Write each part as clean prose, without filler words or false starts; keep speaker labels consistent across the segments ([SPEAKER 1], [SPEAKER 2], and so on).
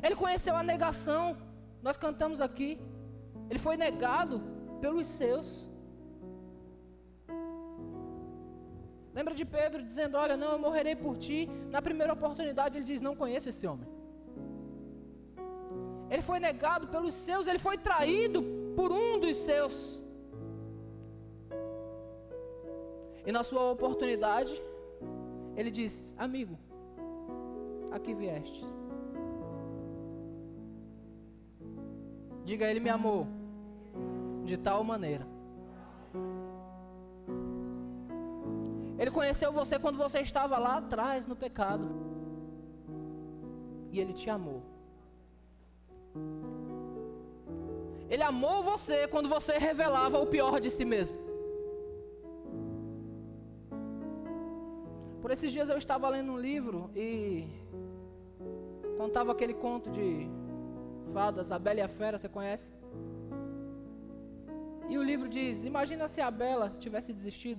[SPEAKER 1] Ele conheceu a negação. Nós cantamos aqui. Ele foi negado pelos seus. Lembra de Pedro dizendo: olha, não, eu morrerei por ti. Na primeira oportunidade ele diz: não conheço esse homem. Ele foi negado pelos seus, ele foi traído por um dos seus. E na sua oportunidade, ele diz: amigo, aqui vieste. Diga, ele me amou de tal maneira. Ele conheceu você quando você estava lá atrás no pecado. E ele te amou. Ele amou você quando você revelava o pior de si mesmo. Por esses dias eu estava lendo um livro e contava aquele conto de fadas, a Bela e a Fera, você conhece? E o livro diz: imagina se a Bela tivesse desistido.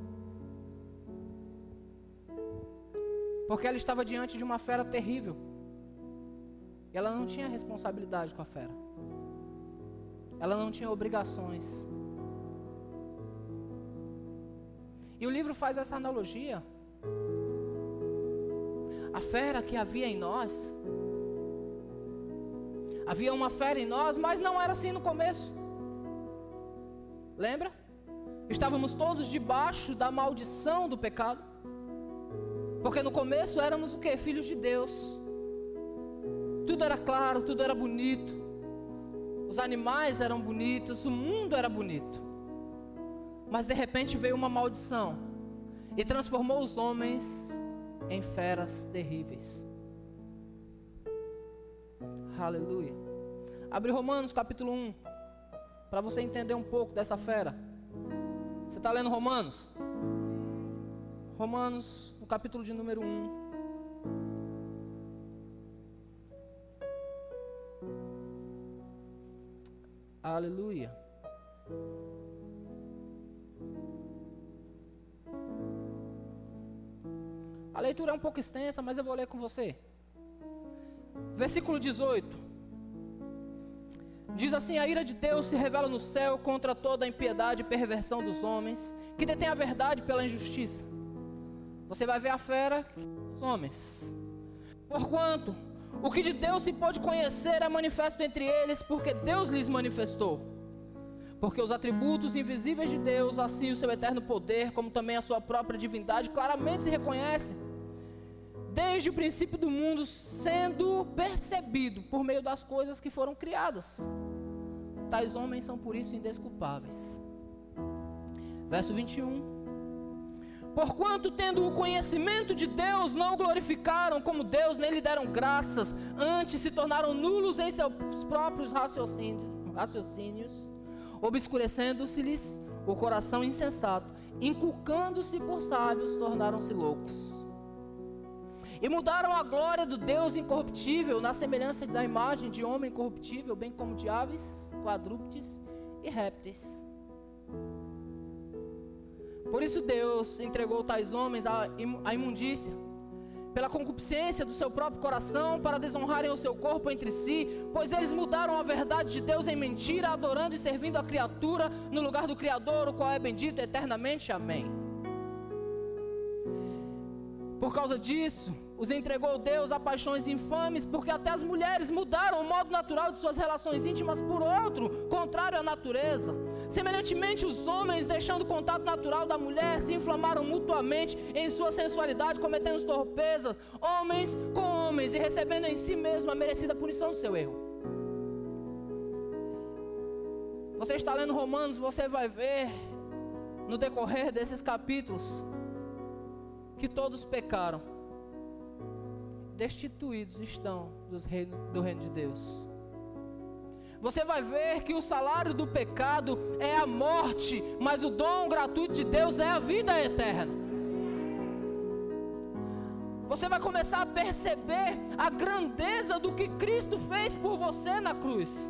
[SPEAKER 1] Porque ela estava diante de uma fera terrível. E ela não tinha responsabilidade com a fera. Ela não tinha obrigações. E o livro faz essa analogia. A fera que havia em nós, havia uma fera em nós, mas não era assim no começo. Lembra? Estávamos todos debaixo da maldição do pecado. Porque no começo éramos o quê? Filhos de Deus. Tudo era claro, tudo era bonito. Os animais eram bonitos, o mundo era bonito. Mas de repente veio uma maldição e transformou os homens em feras terríveis. Aleluia. Abre Romanos capítulo 1, para você entender um pouco dessa fera. Você está lendo Romanos? Romanos, no capítulo de número 1. Aleluia. A leitura é um pouco extensa, mas eu vou ler com você. Versículo 18. Diz assim: a ira de Deus se revela no céu contra toda a impiedade e perversão dos homens, que detêm a verdade pela injustiça. Você vai ver a fera dos homens. Porquanto o que de Deus se pode conhecer é manifesto entre eles, porque Deus lhes manifestou. Porque os atributos invisíveis de Deus, assim o seu eterno poder, como também a sua própria divindade, claramente se reconhecem, desde o princípio do mundo, sendo percebido por meio das coisas que foram criadas. Tais homens são por isso indesculpáveis. Verso 21. Porquanto, tendo o conhecimento de Deus, não o glorificaram como Deus, nem lhe deram graças, antes se tornaram nulos em seus próprios raciocínios, obscurecendo-se-lhes o coração insensato, inculcando-se por sábios, tornaram-se loucos. E mudaram a glória do Deus incorruptível, na semelhança da imagem de homem corruptível, bem como de aves, quadrúpedes e répteis. Por isso Deus entregou tais homens à imundícia, pela concupiscência do seu próprio coração, para desonrarem o seu corpo entre si, pois eles mudaram a verdade de Deus em mentira, adorando e servindo a criatura no lugar do Criador, o qual é bendito eternamente. Amém. Por causa disso, os entregou Deus a paixões infames, porque até as mulheres mudaram o modo natural de suas relações íntimas por outro, contrário à natureza. Semelhantemente, os homens, deixando o contato natural da mulher, se inflamaram mutuamente em sua sensualidade, cometendo torpezas, homens com homens, e recebendo em si mesmo a merecida punição do seu erro. Você está lendo Romanos, você vai ver, no decorrer desses capítulos, que todos pecaram, destituídos estão do reino de Deus. Você vai ver que o salário do pecado é a morte, mas o dom gratuito de Deus é a vida eterna. Você vai começar a perceber a grandeza do que Cristo fez por você na cruz.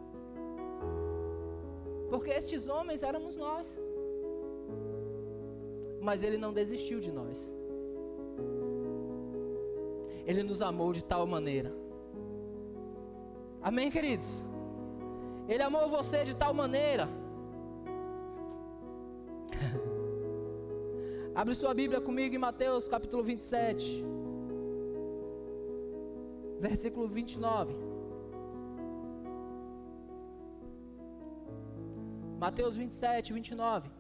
[SPEAKER 1] Porque estes homens éramos nós, mas Ele não desistiu de nós. Ele nos amou de tal maneira Amém, queridos? Ele amou você de tal maneira. Abre sua Bíblia comigo em Mateus capítulo 27, versículo 29. Mateus 27, 29.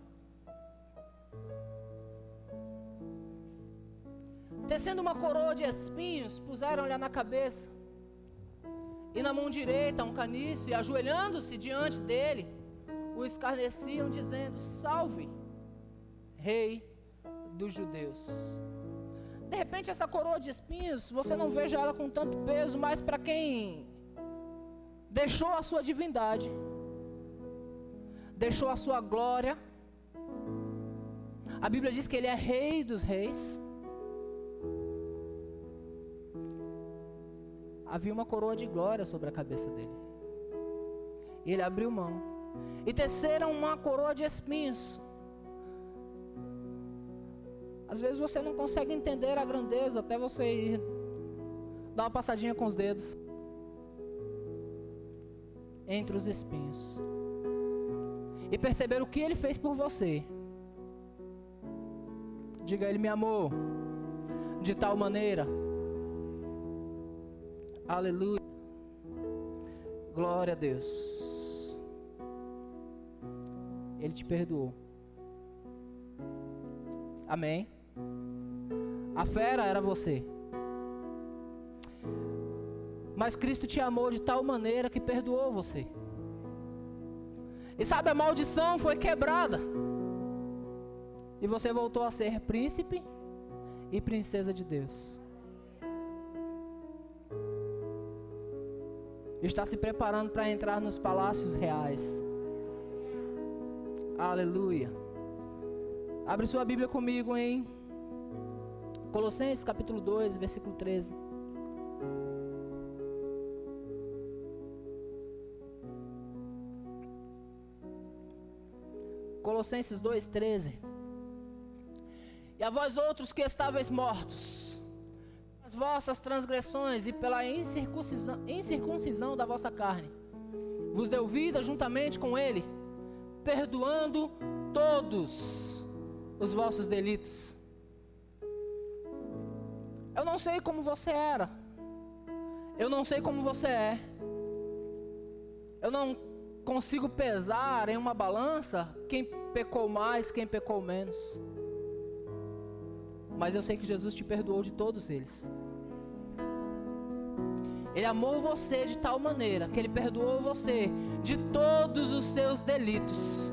[SPEAKER 1] Tecendo uma coroa de espinhos, puseram-lhe na cabeça, e na mão direita um caniço, e ajoelhando-se diante dele, o escarneciam, dizendo: Salve, Rei dos Judeus. De repente essa coroa de espinhos, você não veja ela com tanto peso, mas para quem deixou a sua divindade, deixou a sua glória, a Bíblia diz que ele é Rei dos Reis. Havia uma coroa de glória sobre a cabeça dele. E ele abriu mão. E teceram uma coroa de espinhos. Às vezes você não consegue entender a grandeza até você ir dar uma passadinha com os dedos entre os espinhos e perceber o que ele fez por você. Diga: ele me amou de tal maneira. Aleluia. Glória a Deus. Ele te perdoou. Amém. A fera era você, mas Cristo te amou de tal maneira que perdoou você. E sabe, a maldição foi quebrada, e você voltou a ser príncipe e princesa de Deus. Está se preparando para entrar nos palácios reais. Aleluia. Abre sua Bíblia comigo em Colossenses capítulo 2, versículo 13. Colossenses 2, 13. E a vós outros que estáveis mortos as vossas transgressões e pela incircuncisão da vossa carne, vos deu vida juntamente com ele, perdoando todos os vossos delitos. Eu não sei como você era, eu não sei como você é, eu não consigo pesar em uma balança quem pecou mais, quem pecou menos, mas eu sei que Jesus te perdoou de todos eles. Ele amou você de tal maneira que ele perdoou você de todos os seus delitos.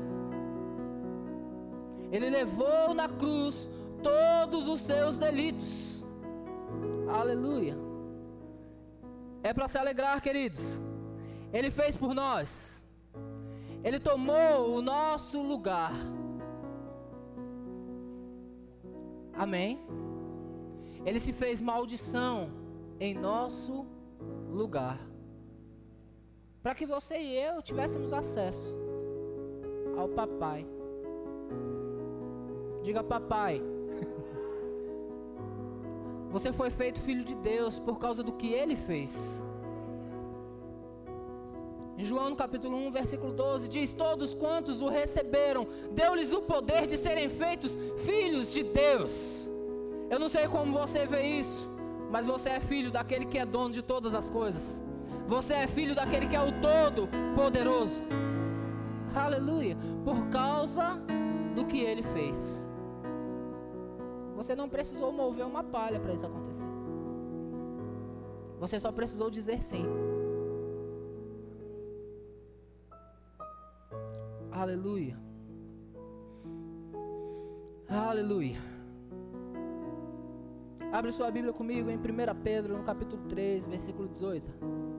[SPEAKER 1] Ele levou na cruz todos os seus delitos. Aleluia. É para se alegrar, queridos. Ele fez por nós. Ele tomou o nosso lugar. Amém. Ele se fez maldição em nosso lugar, para que você e eu tivéssemos acesso ao papai. Diga: papai. Você foi feito filho de Deus por causa do que ele fez. Em João no capítulo 1, versículo 12, diz: todos quantos o receberam, deu-lhes o poder de serem feitos filhos de Deus. Eu não sei como você vê isso, mas você é filho daquele que é dono de todas as coisas. Você é filho daquele que é o Todo-Poderoso. Aleluia. Por causa do que ele fez. Você não precisou mover uma palha para isso acontecer. Você só precisou dizer sim. Aleluia. Aleluia. Abre sua Bíblia comigo em 1 Pedro, no capítulo 3, versículo 18.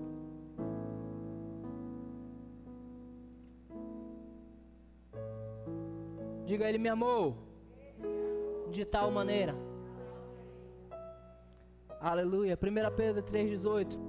[SPEAKER 1] Diga: ele me amou de tal maneira. Aleluia. 1 Pedro 3, 18.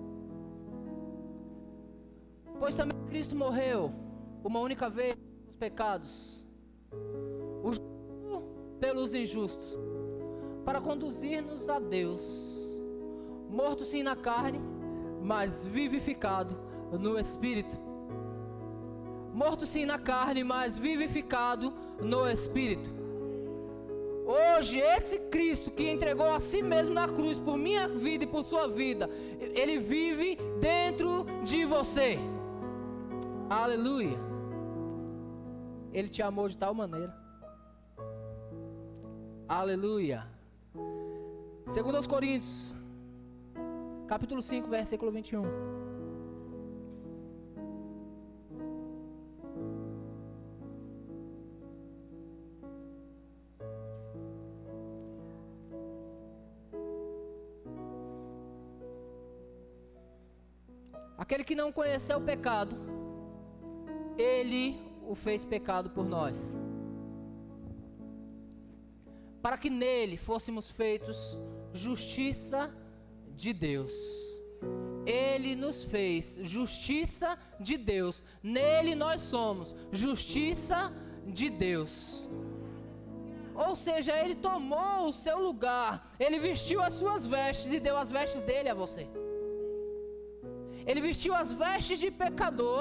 [SPEAKER 1] Pois também Cristo morreu uma única vez pelos pecados, o justo pelos injustos, para conduzir-nos a Deus, morto sim na carne, mas vivificado no Espírito. Morto sim na carne, mas vivificado no Espírito. Hoje, esse Cristo que entregou a si mesmo na cruz por minha vida e por sua vida, Ele vive dentro de você. Aleluia. Ele te amou de tal maneira. Aleluia. 2 Coríntios, capítulo 5, versículo 21. Aquele que não conheceu o pecado, Ele o fez pecado por nós, para que nele fôssemos feitos justiça de Deus. Ele nos fez justiça de Deus. Nele nós somos justiça de Deus. Ou seja, Ele tomou o seu lugar. Ele vestiu as suas vestes e deu as vestes dele a você. Ele vestiu as vestes de pecador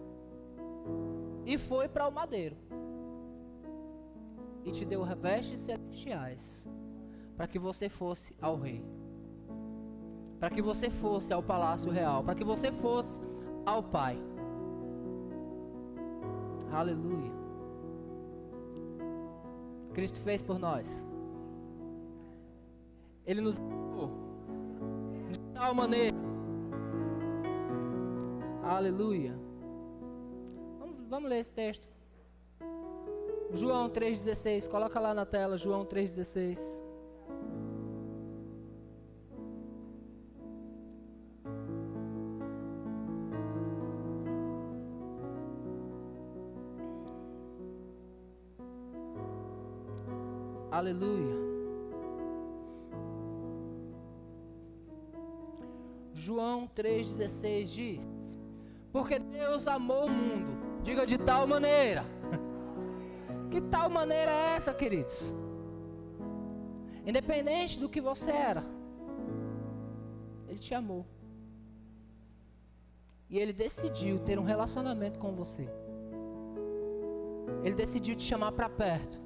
[SPEAKER 1] e foi para o madeiro. E te deu vestes celestiais, para que você fosse ao rei, para que você fosse ao palácio real, para que você fosse ao Pai. Aleluia. Cristo fez por nós. Ele nos amou de tal maneira. Aleluia. Vamos ler esse texto. João 3,16. Coloca lá na tela, João 3,16. Aleluia. João 3,16 diz: porque Deus amou o mundo. Diga, de tal maneira. Que tal maneira é essa, queridos? Independente do que você era, Ele te amou. E Ele decidiu ter um relacionamento com você. Ele decidiu te chamar para perto.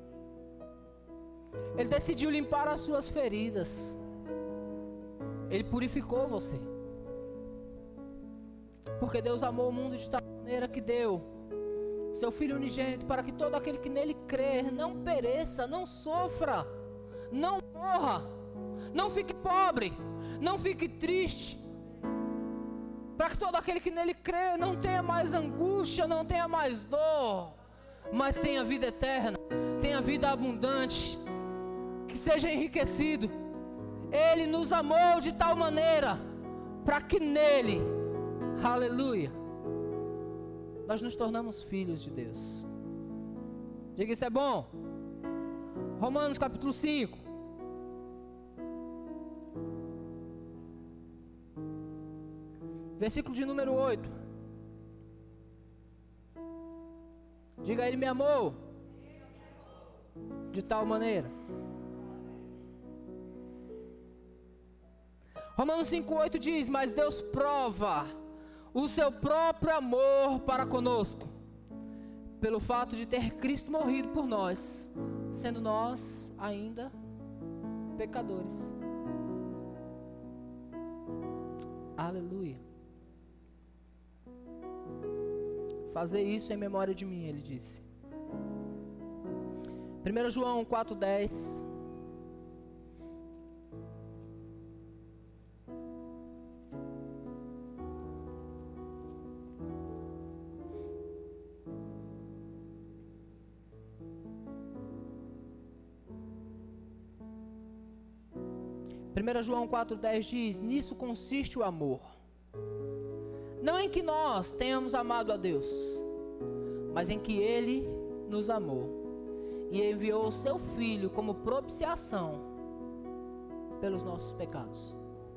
[SPEAKER 1] Ele decidiu limpar as suas feridas. Ele purificou você. Porque Deus amou o mundo de tal maneira que deu seu Filho unigênito, para que todo aquele que nele crer não pereça, não sofra, não morra, não fique pobre, não fique triste, para que todo aquele que nele crer não tenha mais angústia, não tenha mais dor, mas tenha vida eterna, tenha vida abundante, que seja enriquecido. Ele nos amou de tal maneira, para que nele, aleluia, nós nos tornamos filhos de Deus. Diga, isso é bom. Romanos capítulo 5. Versículo de número 8. Diga, Ele me amou de tal maneira. Romanos 5,8 diz: mas Deus prova o seu próprio amor para conosco, pelo fato de ter Cristo morrido por nós, sendo nós ainda pecadores. Aleluia. Fazer isso em memória de mim, Ele disse. 1 João 4,10. João 4,10 diz: nisso consiste o amor, não em que nós tenhamos amado a Deus, mas em que Ele nos amou e enviou o seu Filho como propiciação pelos nossos pecados.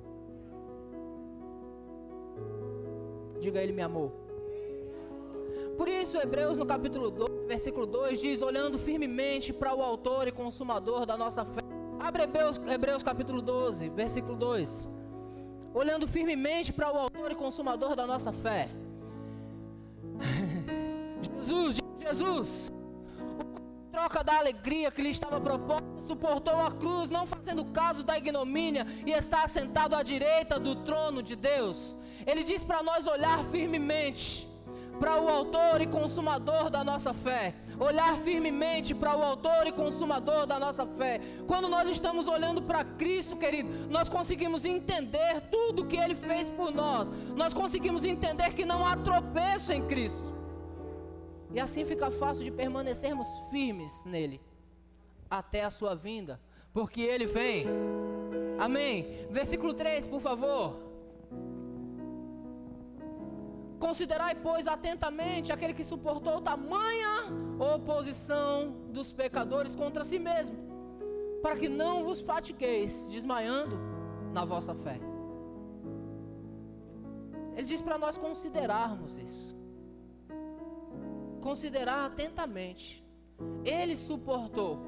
[SPEAKER 1] Diga, Ele me amou. Por isso, Hebreus no capítulo 12, versículo 2 diz: olhando firmemente para o autor e consumador da nossa fé. Abre Hebreus capítulo 12, versículo 2. olhando firmemente para o autor e consumador da nossa fé. Jesus, o troca da alegria que lhe estava proposta, suportou a cruz, não fazendo caso da ignomínia, e está assentado à direita do trono de Deus. Ele diz para nós olhar firmemente para o autor e consumador da nossa fé. Olhar firmemente para o autor e consumador da nossa fé. Quando nós estamos olhando para Cristo, querido, nós conseguimos entender tudo que Ele fez por nós. Nós conseguimos entender que não há tropeço em Cristo. E assim fica fácil de permanecermos firmes nele, até a sua vinda, porque Ele vem. Amém? Versículo 3, por favor. Considerai, pois, atentamente aquele que suportou tamanha oposição dos pecadores contra si mesmo, para que não vos fatigueis, desmaiando na vossa fé. Ele diz para nós considerarmos isso. Considerar atentamente. Ele suportou.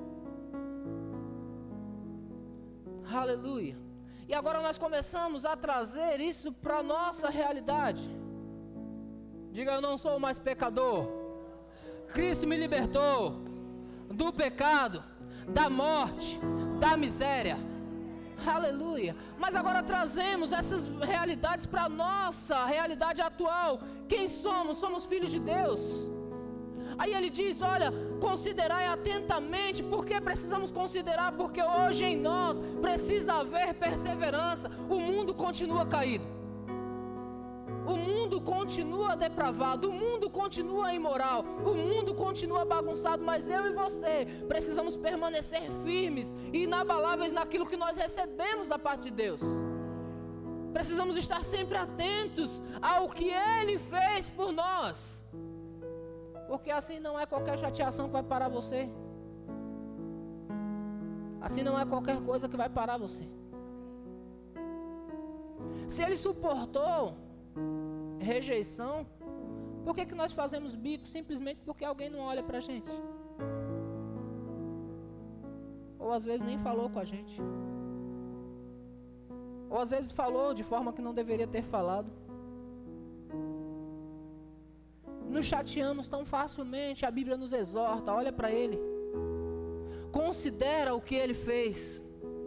[SPEAKER 1] Aleluia. E agora nós começamos a trazer isso para a nossa realidade. Diga: eu não sou mais pecador. Cristo me libertou do pecado, da morte, da miséria. Aleluia. Mas agora trazemos essas realidades para a nossa realidade atual. Quem somos? Somos filhos de Deus. Aí ele diz: olha, considerai atentamente. Por que precisamos considerar? Porque hoje em nós precisa haver perseverança. O mundo continua caído. O mundo continua depravado, o mundo continua imoral, o mundo continua bagunçado, mas eu e você precisamos permanecer firmes e inabaláveis naquilo que nós recebemos da parte de Deus. Precisamos estar sempre atentos ao que Ele fez por nós, porque assim não é qualquer chateação que vai parar você, assim não é qualquer coisa que vai parar você. Se Ele suportou rejeição, por que nós fazemos bico? Simplesmente porque alguém não olha pra gente, ou às vezes nem falou com a gente, ou às vezes falou de forma que não deveria ter falado. Nos chateamos tão facilmente. A Bíblia nos exorta: olha para Ele, considera o que Ele fez.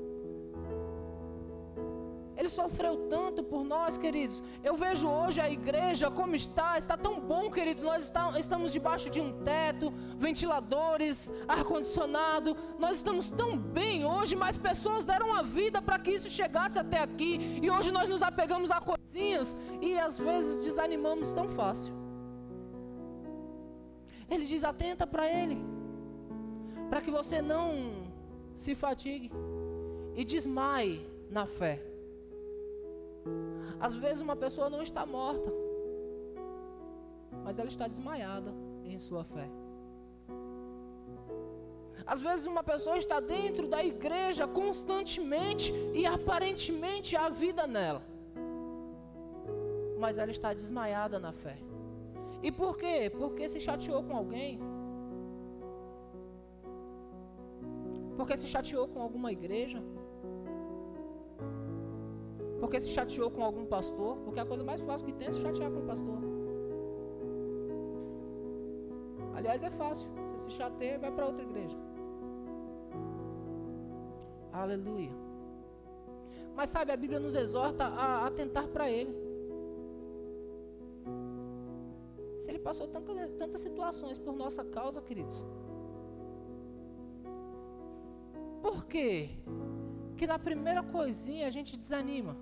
[SPEAKER 1] Ele sofreu tanto por nós, queridos. Eu vejo hoje a igreja como está tão bom, queridos. Nós estamos debaixo de um teto, ventiladores, ar-condicionado. Nós estamos tão bem hoje, mas pessoas deram a vida para que isso chegasse até aqui. E hoje nós nos apegamos a coisinhas e às vezes desanimamos tão fácil. Ele diz: atenta para Ele, para que você não se fatigue e desmaie na fé. Às vezes uma pessoa não está morta, mas ela está desmaiada em sua fé. Às vezes uma pessoa está dentro da igreja constantemente e aparentemente há vida nela, mas ela está desmaiada na fé. E por quê? Porque se chateou com alguém, porque se chateou com alguma igreja, porque se chateou com algum pastor. Porque a coisa mais fácil que tem é se chatear com o pastor. Aliás, é fácil. Você se chateia e vai para outra igreja. Aleluia. Mas sabe, a Bíblia nos exorta a atentar para Ele. Se Ele passou tantas situações por nossa causa, queridos, por quê que na primeira coisinha a gente desanima?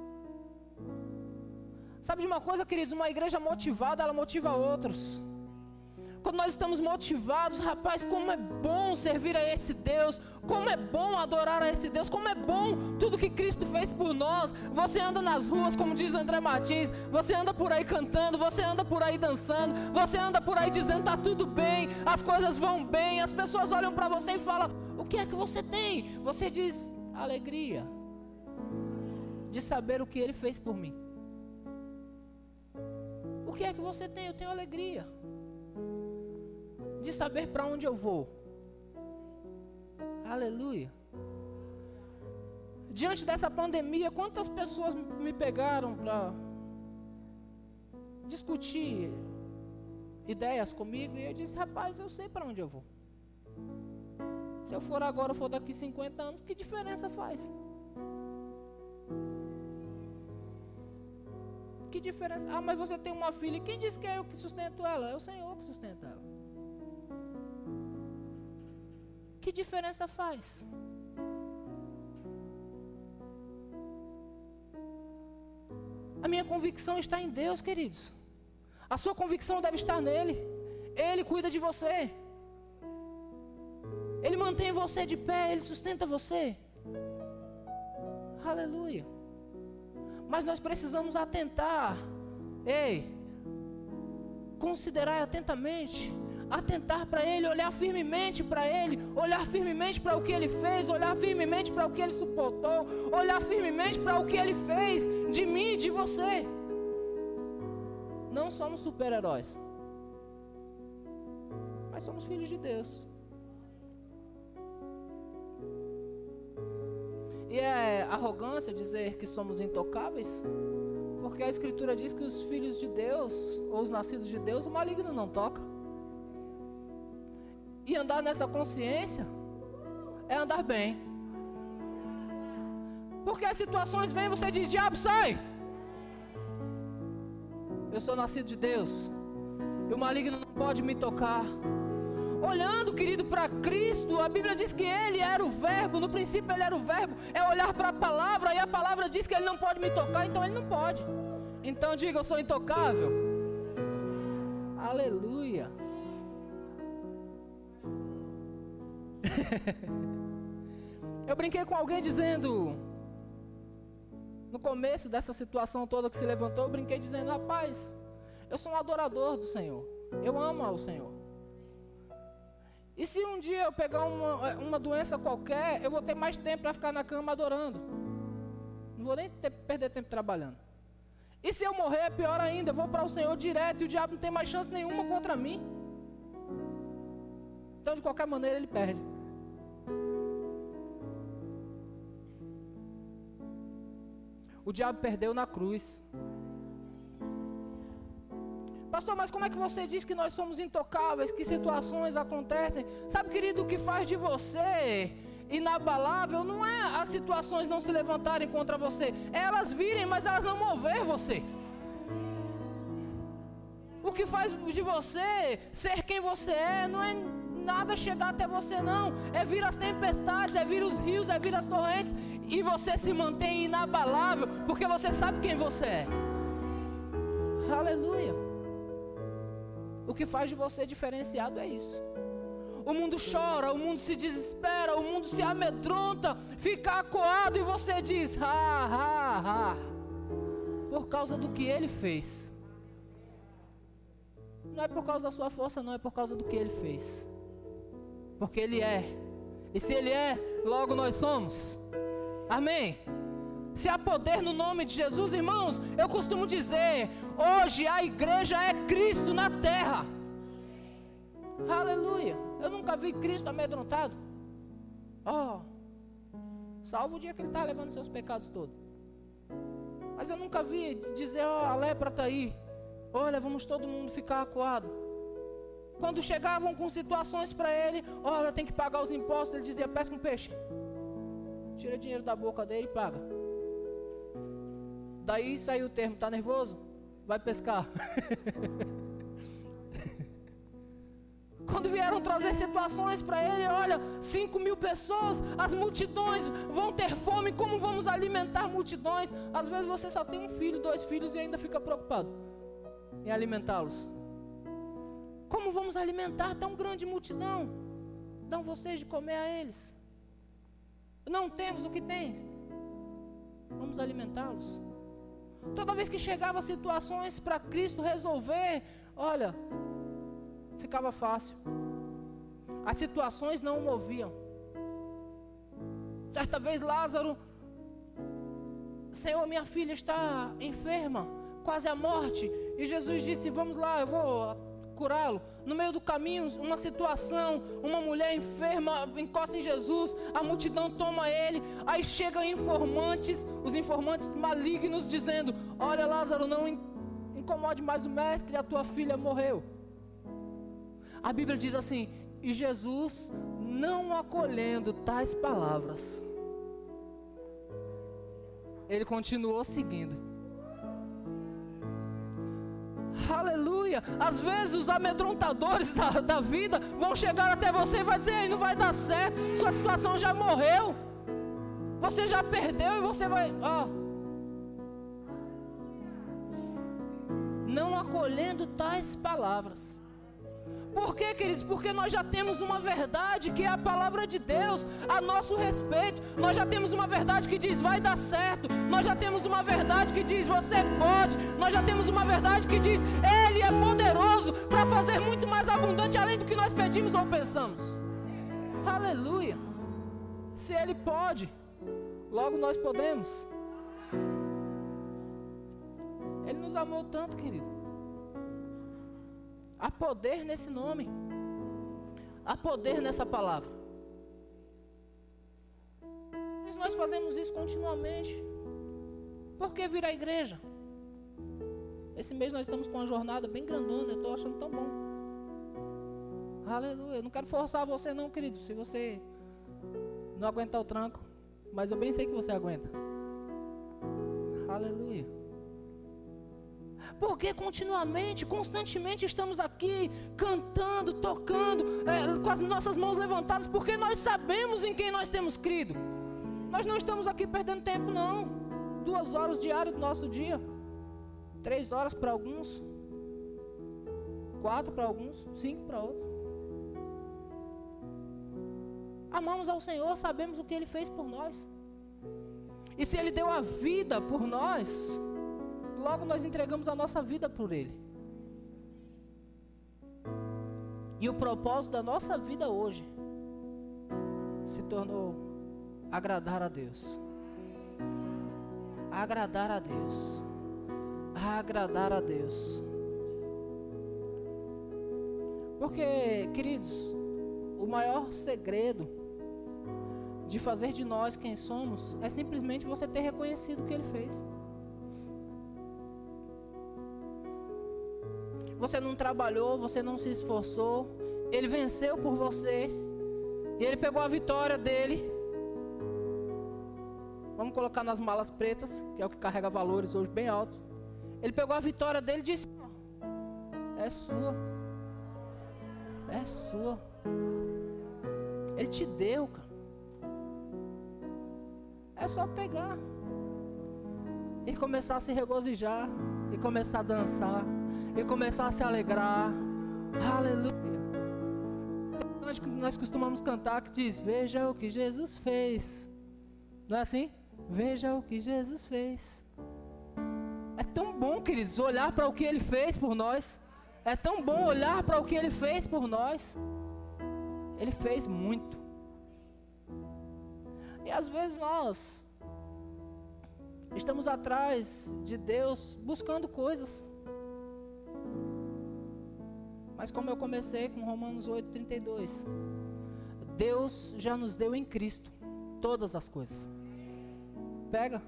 [SPEAKER 1] Sabe de uma coisa, queridos? Uma igreja motivada, ela motiva outros. Quando nós estamos motivados, rapaz, como é bom servir a esse Deus, como é bom adorar a esse Deus, como é bom tudo que Cristo fez por nós. Você anda nas ruas, como diz André Martins, você anda por aí cantando, você anda por aí dançando, você anda por aí dizendo: tá tudo bem, as coisas vão bem. As pessoas olham para você e falam: o que é que você tem? Você diz: alegria de saber o que Ele fez por mim. O que é que você tem? Eu tenho alegria de saber para onde eu vou. Aleluia. diante dessa pandemia, quantas pessoas me pegaram para discutir ideias comigo, e eu disse, rapaz, eu sei para onde eu vou. Se eu for agora, ou for daqui 50 anos, que diferença faz? Que diferença? Ah, mas você tem uma filha, e quem disse que é eu que sustento ela? É o Senhor que sustenta ela. Que diferença faz? A minha convicção está em Deus, queridos. A sua convicção deve estar nele. Ele cuida de você. Ele mantém você de pé, ele sustenta você. Aleluia. Mas nós precisamos atentar. Ei, considerai atentamente. Atentar para ele, olhar firmemente para ele, olhar firmemente para o que ele fez, olhar firmemente para o que ele suportou, olhar firmemente para o que ele fez de mim e de você. Não somos super-heróis, mas somos filhos de Deus. E é arrogância dizer que somos intocáveis, porque a Escritura diz que os filhos de Deus, ou os nascidos de Deus, o maligno não toca. E andar nessa consciência é andar bem. Porque as situações vêm e você diz, diabo, sai! Eu sou nascido de Deus, e o maligno não pode me tocar. Olhando, querido, para Cristo, a Bíblia diz que Ele era o verbo, no princípio Ele era o verbo, é olhar para a palavra, e a palavra diz que Ele não pode me tocar, então Ele não pode. Então diga, eu sou intocável. Aleluia. Eu brinquei com alguém dizendo, no começo dessa situação toda que se levantou, eu brinquei dizendo, rapaz, eu sou um adorador do Senhor, eu amo ao Senhor. E se um dia eu pegar uma doença qualquer, eu vou ter mais tempo para ficar na cama adorando. Não vou nem perder tempo trabalhando. E se eu morrer, é pior ainda, eu vou para o Senhor direto e o diabo não tem mais chance nenhuma contra mim. Então, de qualquer maneira, ele perde. O diabo perdeu na cruz. Pastor, mas como é que você diz que nós somos intocáveis, que situações acontecem? Sabe, querido, o que faz de você inabalável não é as situações não se levantarem contra você, é elas virem, mas elas não mover você. O que faz de você ser quem você é, não é nada chegar até você não, é vir as tempestades, é vir os rios, é vir as torrentes, e você se mantém inabalável, porque você sabe quem você é. Aleluia. O que faz de você diferenciado é isso. O mundo chora, o mundo se desespera, o mundo se amedronta, fica acuado, e você diz, por causa do que ele fez. Não é por causa da sua força, não, é por causa do que ele fez. Porque ele é. E se ele é, logo nós somos. Amém? Se há poder no nome de Jesus, irmãos, eu costumo dizer, hoje a igreja é Cristo na terra. Aleluia. Eu nunca vi Cristo amedrontado. Salvo o dia que ele está levando seus pecados todos. Mas eu nunca vi dizer, a lepra está aí. Olha, vamos todo mundo ficar acuado. Quando chegavam com situações para ele, olha, tem que pagar os impostos, ele dizia, pesca um peixe. Tira dinheiro da boca dele e paga. Daí saiu o termo, tá nervoso? Vai pescar. Quando vieram trazer situações para ele, olha, 5.000 pessoas, as multidões vão ter fome, como vamos alimentar multidões? Às vezes você só tem um filho, 2 filhos e ainda fica preocupado em alimentá-los. Como vamos alimentar tão grande multidão? Dão vocês de comer a eles. Não temos o que tem. Vamos alimentá-los. Toda vez que chegava situações para Cristo resolver, olha, ficava fácil. As situações não o moviam. Certa vez Lázaro, Senhor, minha filha está enferma, quase à morte. E Jesus disse, vamos lá, eu vou procurá-lo. No meio do caminho, uma situação, uma mulher enferma encosta em Jesus, a multidão toma ele, aí chegam informantes, os informantes malignos dizendo: olha, Lázaro, não incomode mais o mestre, a tua filha morreu. A Bíblia diz assim: e Jesus, não acolhendo tais palavras, ele continuou seguindo. Aleluia. Às vezes os amedrontadores da vida vão chegar até você e vai dizer: ei, não vai dar certo, sua situação já morreu, você já perdeu, e você vai, não acolhendo tais palavras. Por quê, queridos? Porque nós já temos uma verdade, que é a palavra de Deus a nosso respeito. Nós já temos uma verdade que diz: vai dar certo. Nós já temos uma verdade que diz: você pode. Nós já temos uma verdade que diz: Ele é poderoso para fazer muito mais abundante além do que nós pedimos ou pensamos. Aleluia. Se Ele pode, logo nós podemos. Ele nos amou tanto, querido. Há poder nesse nome. Há poder nessa palavra. Mas nós fazemos isso continuamente. Por que vir à igreja? Esse mês nós estamos com uma jornada bem grandona. Eu estou achando tão bom. Aleluia. Eu não quero forçar você não, querido. Se você não aguentar o tranco. Mas eu bem sei que você aguenta. Aleluia. Porque continuamente, constantemente estamos aqui cantando, tocando, com as nossas mãos levantadas, porque nós sabemos em quem nós temos crido. Nós não estamos aqui perdendo tempo, não. 2 horas diárias do nosso dia, 3 horas para alguns, 4 para alguns, 5 para outros. Amamos ao Senhor, sabemos o que Ele fez por nós. E se Ele deu a vida por nós, logo nós entregamos a nossa vida por Ele. E o propósito da nossa vida hoje se tornou agradar a Deus. Agradar a Deus. Agradar a Deus. Porque, queridos, o maior segredo de fazer de nós quem somos é simplesmente você ter reconhecido o que Ele fez. Você não trabalhou, você não se esforçou, Ele venceu por você, e Ele pegou a vitória dele. Vamos colocar nas malas pretas, que é o que carrega valores hoje bem altos. Ele pegou a vitória dele e disse: é sua, é sua. Ele te deu, cara. É só pegar e começar a se regozijar, e começar a dançar, e começar a se alegrar. Aleluia. Nós costumamos cantar que diz: veja o que Jesus fez. Não é assim? Veja o que Jesus fez. É tão bom, queridos, olhar para o que Ele fez por nós. É tão bom olhar para o que Ele fez por nós. Ele fez muito. E às vezes nós estamos atrás de Deus buscando coisas. Mas como eu comecei com Romanos 8:32, Deus já nos deu em Cristo todas as coisas. Pega.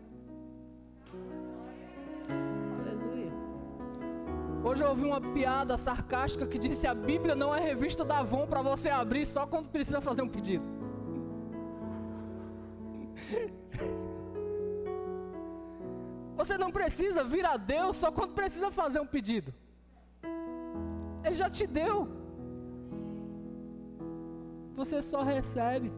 [SPEAKER 1] Aleluia. Hoje eu ouvi uma piada sarcástica que disse: a Bíblia não é revista da Avon para você abrir só quando precisa fazer um pedido. Você não precisa vir a Deus só quando precisa fazer um pedido. Ele já te deu. Você só recebe.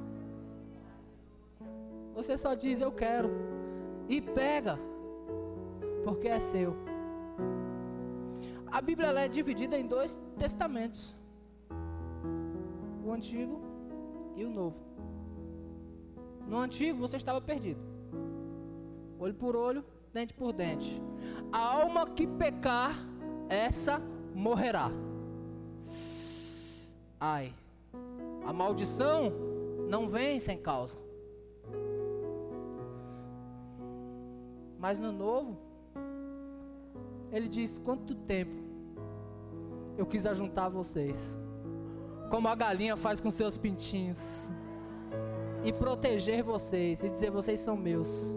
[SPEAKER 1] Você só diz: eu quero. E pega. Porque é seu. A Bíblia ela é dividida em 2 testamentos: o Antigo e o Novo. No Antigo você estava perdido. Olho por olho, dente por dente. A alma que pecar, essa morrerá. Ai, a maldição não vem sem causa. Mas no Novo, Ele diz: quanto tempo eu quis ajuntar vocês, como a galinha faz com seus pintinhos, e proteger vocês, e dizer: vocês são meus.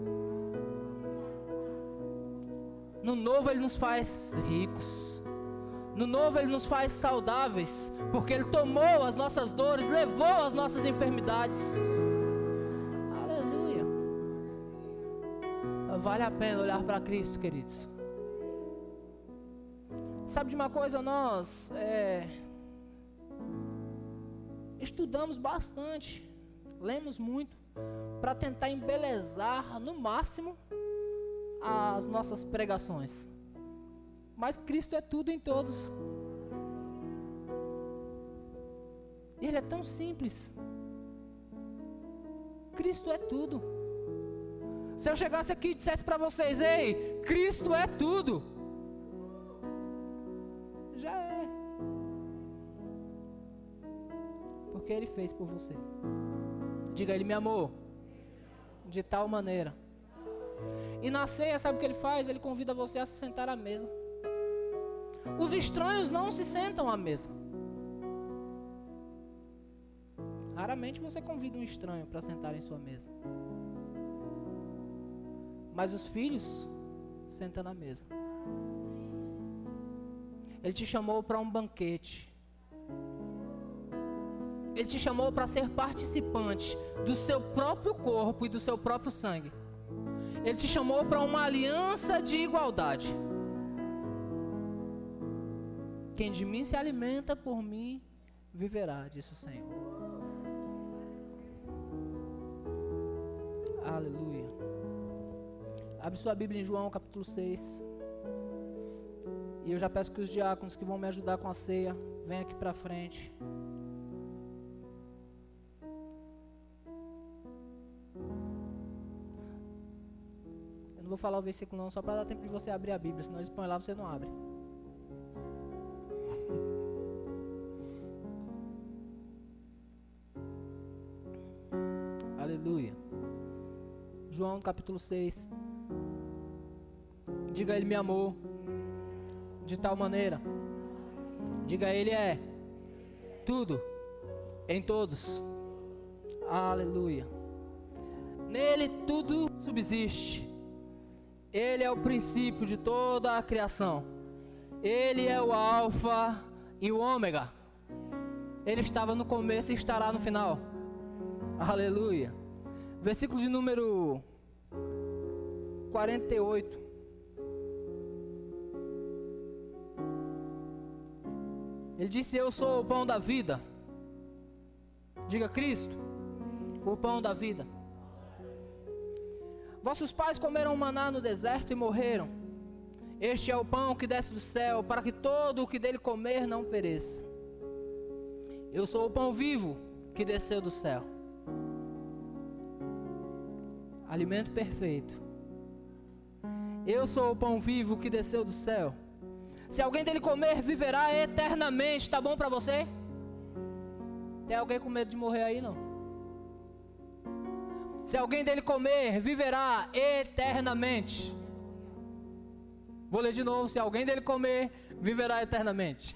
[SPEAKER 1] No novo Ele nos faz ricos, no novo Ele nos faz saudáveis, porque Ele tomou as nossas dores, levou as nossas enfermidades. Aleluia. Vale a pena olhar para Cristo, queridos. Sabe de uma coisa, nós estudamos bastante, lemos muito, para tentar embelezar no máximo as nossas pregações. Mas Cristo é tudo em todos. E Ele é tão simples. Cristo é tudo. Se eu chegasse aqui e dissesse para vocês: ei, Cristo é tudo, já é. Porque Ele fez por você. Diga: Ele me amou de tal maneira. E na ceia, sabe o que Ele faz? Ele convida você a se sentar à mesa. Os estranhos não se sentam à mesa. Raramente você convida um estranho para sentar em sua mesa. Mas os filhos sentam na mesa. Ele te chamou para um banquete. Ele te chamou para ser participante do seu próprio corpo e do seu próprio sangue. Ele te chamou para uma aliança de igualdade. Quem de mim se alimenta, por mim viverá, disse o Senhor. Aleluia. Abre sua Bíblia em João capítulo 6. E eu já peço que os diáconos que vão me ajudar com a ceia venham aqui para frente. Eu não vou falar o versículo não, só para dar tempo de você abrir a Bíblia, senão eles põem lá e você não abre. Aleluia. João capítulo 6. Diga: Ele me amou de tal maneira. Diga: Ele é tudo em todos. Aleluia. Nele tudo subsiste. Ele é o princípio de toda a criação. Ele é o alfa e o ômega. Ele estava no começo e estará no final. Aleluia. Versículo de número 48. Ele disse: eu sou o pão da vida. Diga: Cristo, o pão da vida. Vossos pais comeram maná no deserto e morreram. Este é o pão que desce do céu, para que todo o que dele comer não pereça. Eu sou o pão vivo que desceu do céu. Alimento perfeito. Eu sou o pão vivo que desceu do céu. Se alguém dele comer, viverá eternamente. Tá bom para você? Tem alguém com medo de morrer aí, não? Se alguém dele comer, viverá eternamente. Vou ler de novo: se alguém dele comer, viverá eternamente.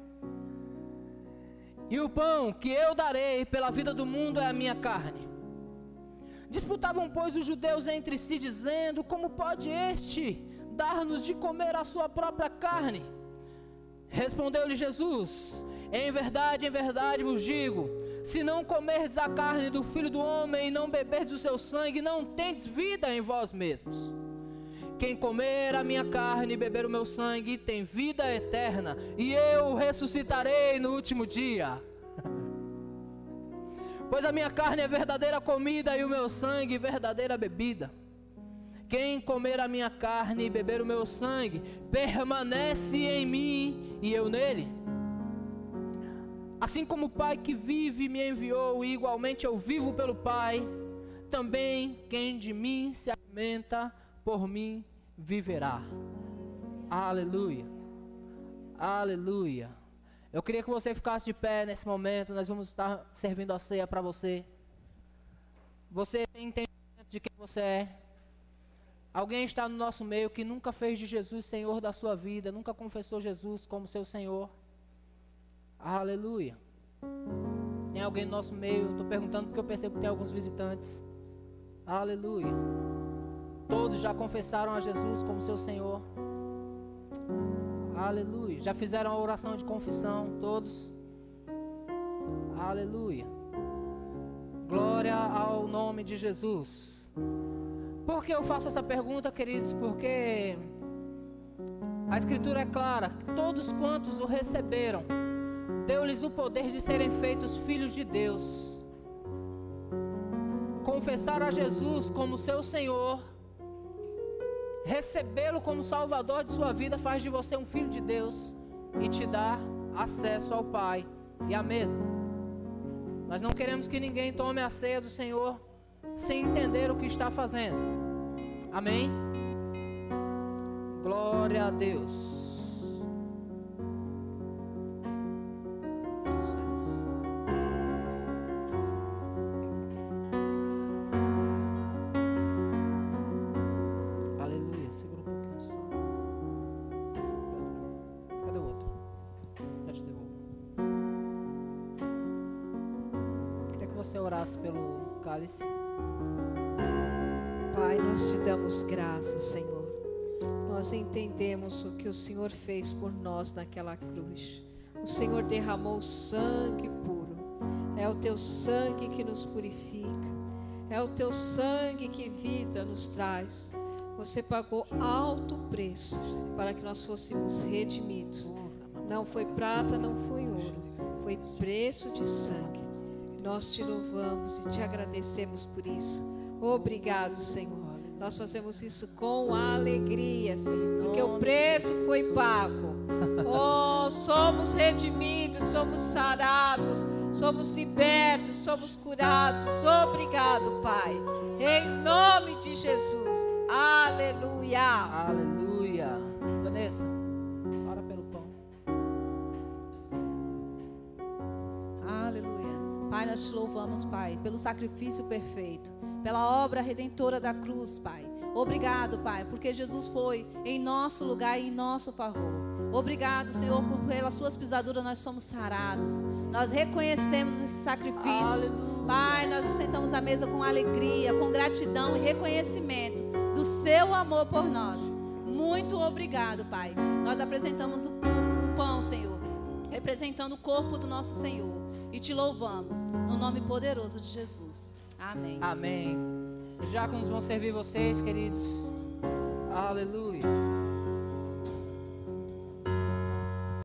[SPEAKER 1] E o pão que eu darei pela vida do mundo é a minha carne. Disputavam, pois, os judeus entre si, dizendo: como pode este dar-nos de comer a sua própria carne? Respondeu-lhe Jesus: em verdade vos digo, se não comerdes a carne do Filho do Homem e não beberdes o seu sangue, não tendes vida em vós mesmos. Quem comer a minha carne e beber o meu sangue tem vida eterna, e eu o ressuscitarei no último dia. Pois a minha carne é verdadeira comida e o meu sangue verdadeira bebida. Quem comer a minha carne e beber o meu sangue permanece em mim e eu nele. Assim como o Pai que vive me enviou, e igualmente eu vivo pelo Pai, também quem de mim se alimenta, por mim viverá. Aleluia. Aleluia. Eu queria que você ficasse de pé nesse momento. Nós vamos estar servindo a ceia para você. Você tem entendimento de quem você é? Alguém está no nosso meio que nunca fez de Jesus Senhor da sua vida, nunca confessou Jesus como seu Senhor? Aleluia. Tem alguém no nosso meio? Eu estou perguntando porque eu percebo que tem alguns visitantes. Aleluia. Todos já confessaram a Jesus como seu Senhor. Aleluia. Já fizeram a oração de confissão, todos. Aleluia. Glória ao nome de Jesus. Por que eu faço essa pergunta, queridos? Porque a Escritura é clara. Todos quantos o receberam, deu-lhes o poder de serem feitos filhos de Deus. Confessar a Jesus como seu Senhor, recebê-lo como Salvador de sua vida, faz de você um filho de Deus e te dá acesso ao Pai e à mesa. Nós não queremos que ninguém tome a ceia do Senhor sem entender o que está fazendo. Amém? Glória a Deus. Pelo cálice.
[SPEAKER 2] Pai, nós te damos graças, Senhor. Nós entendemos o que o Senhor fez por nós naquela cruz. O Senhor derramou sangue puro. É o teu sangue que nos purifica. É o teu sangue que vida nos traz. Você pagou alto preço para que nós fôssemos redimidos. Não foi prata, não foi ouro. Foi preço de sangue. Nós te louvamos e te agradecemos por isso. Obrigado, Senhor. Nós fazemos isso com alegria, Senhor, porque o preço foi pago. Oh, somos redimidos, somos sarados, somos libertos, somos curados. Obrigado, Pai. Em nome de Jesus. Aleluia.
[SPEAKER 1] Aleluia. Vanessa, ora pelo pão.
[SPEAKER 3] Aleluia. Pai, nós te louvamos, Pai, pelo sacrifício perfeito, pela obra redentora da cruz, Pai. Obrigado, Pai, porque Jesus foi em nosso lugar e em nosso favor. Obrigado, Senhor, por pelas suas pisaduras nós somos sarados. Nós reconhecemos esse sacrifício. Aleluia. Pai, nós nos sentamos à mesa com alegria, com gratidão e reconhecimento do seu amor por nós. Muito obrigado, Pai. Nós apresentamos o pão, Senhor, representando o corpo do nosso Senhor. E te louvamos, no nome poderoso de Jesus. Amém.
[SPEAKER 1] Amém. Os diáconos vão servir vocês, queridos. Aleluia.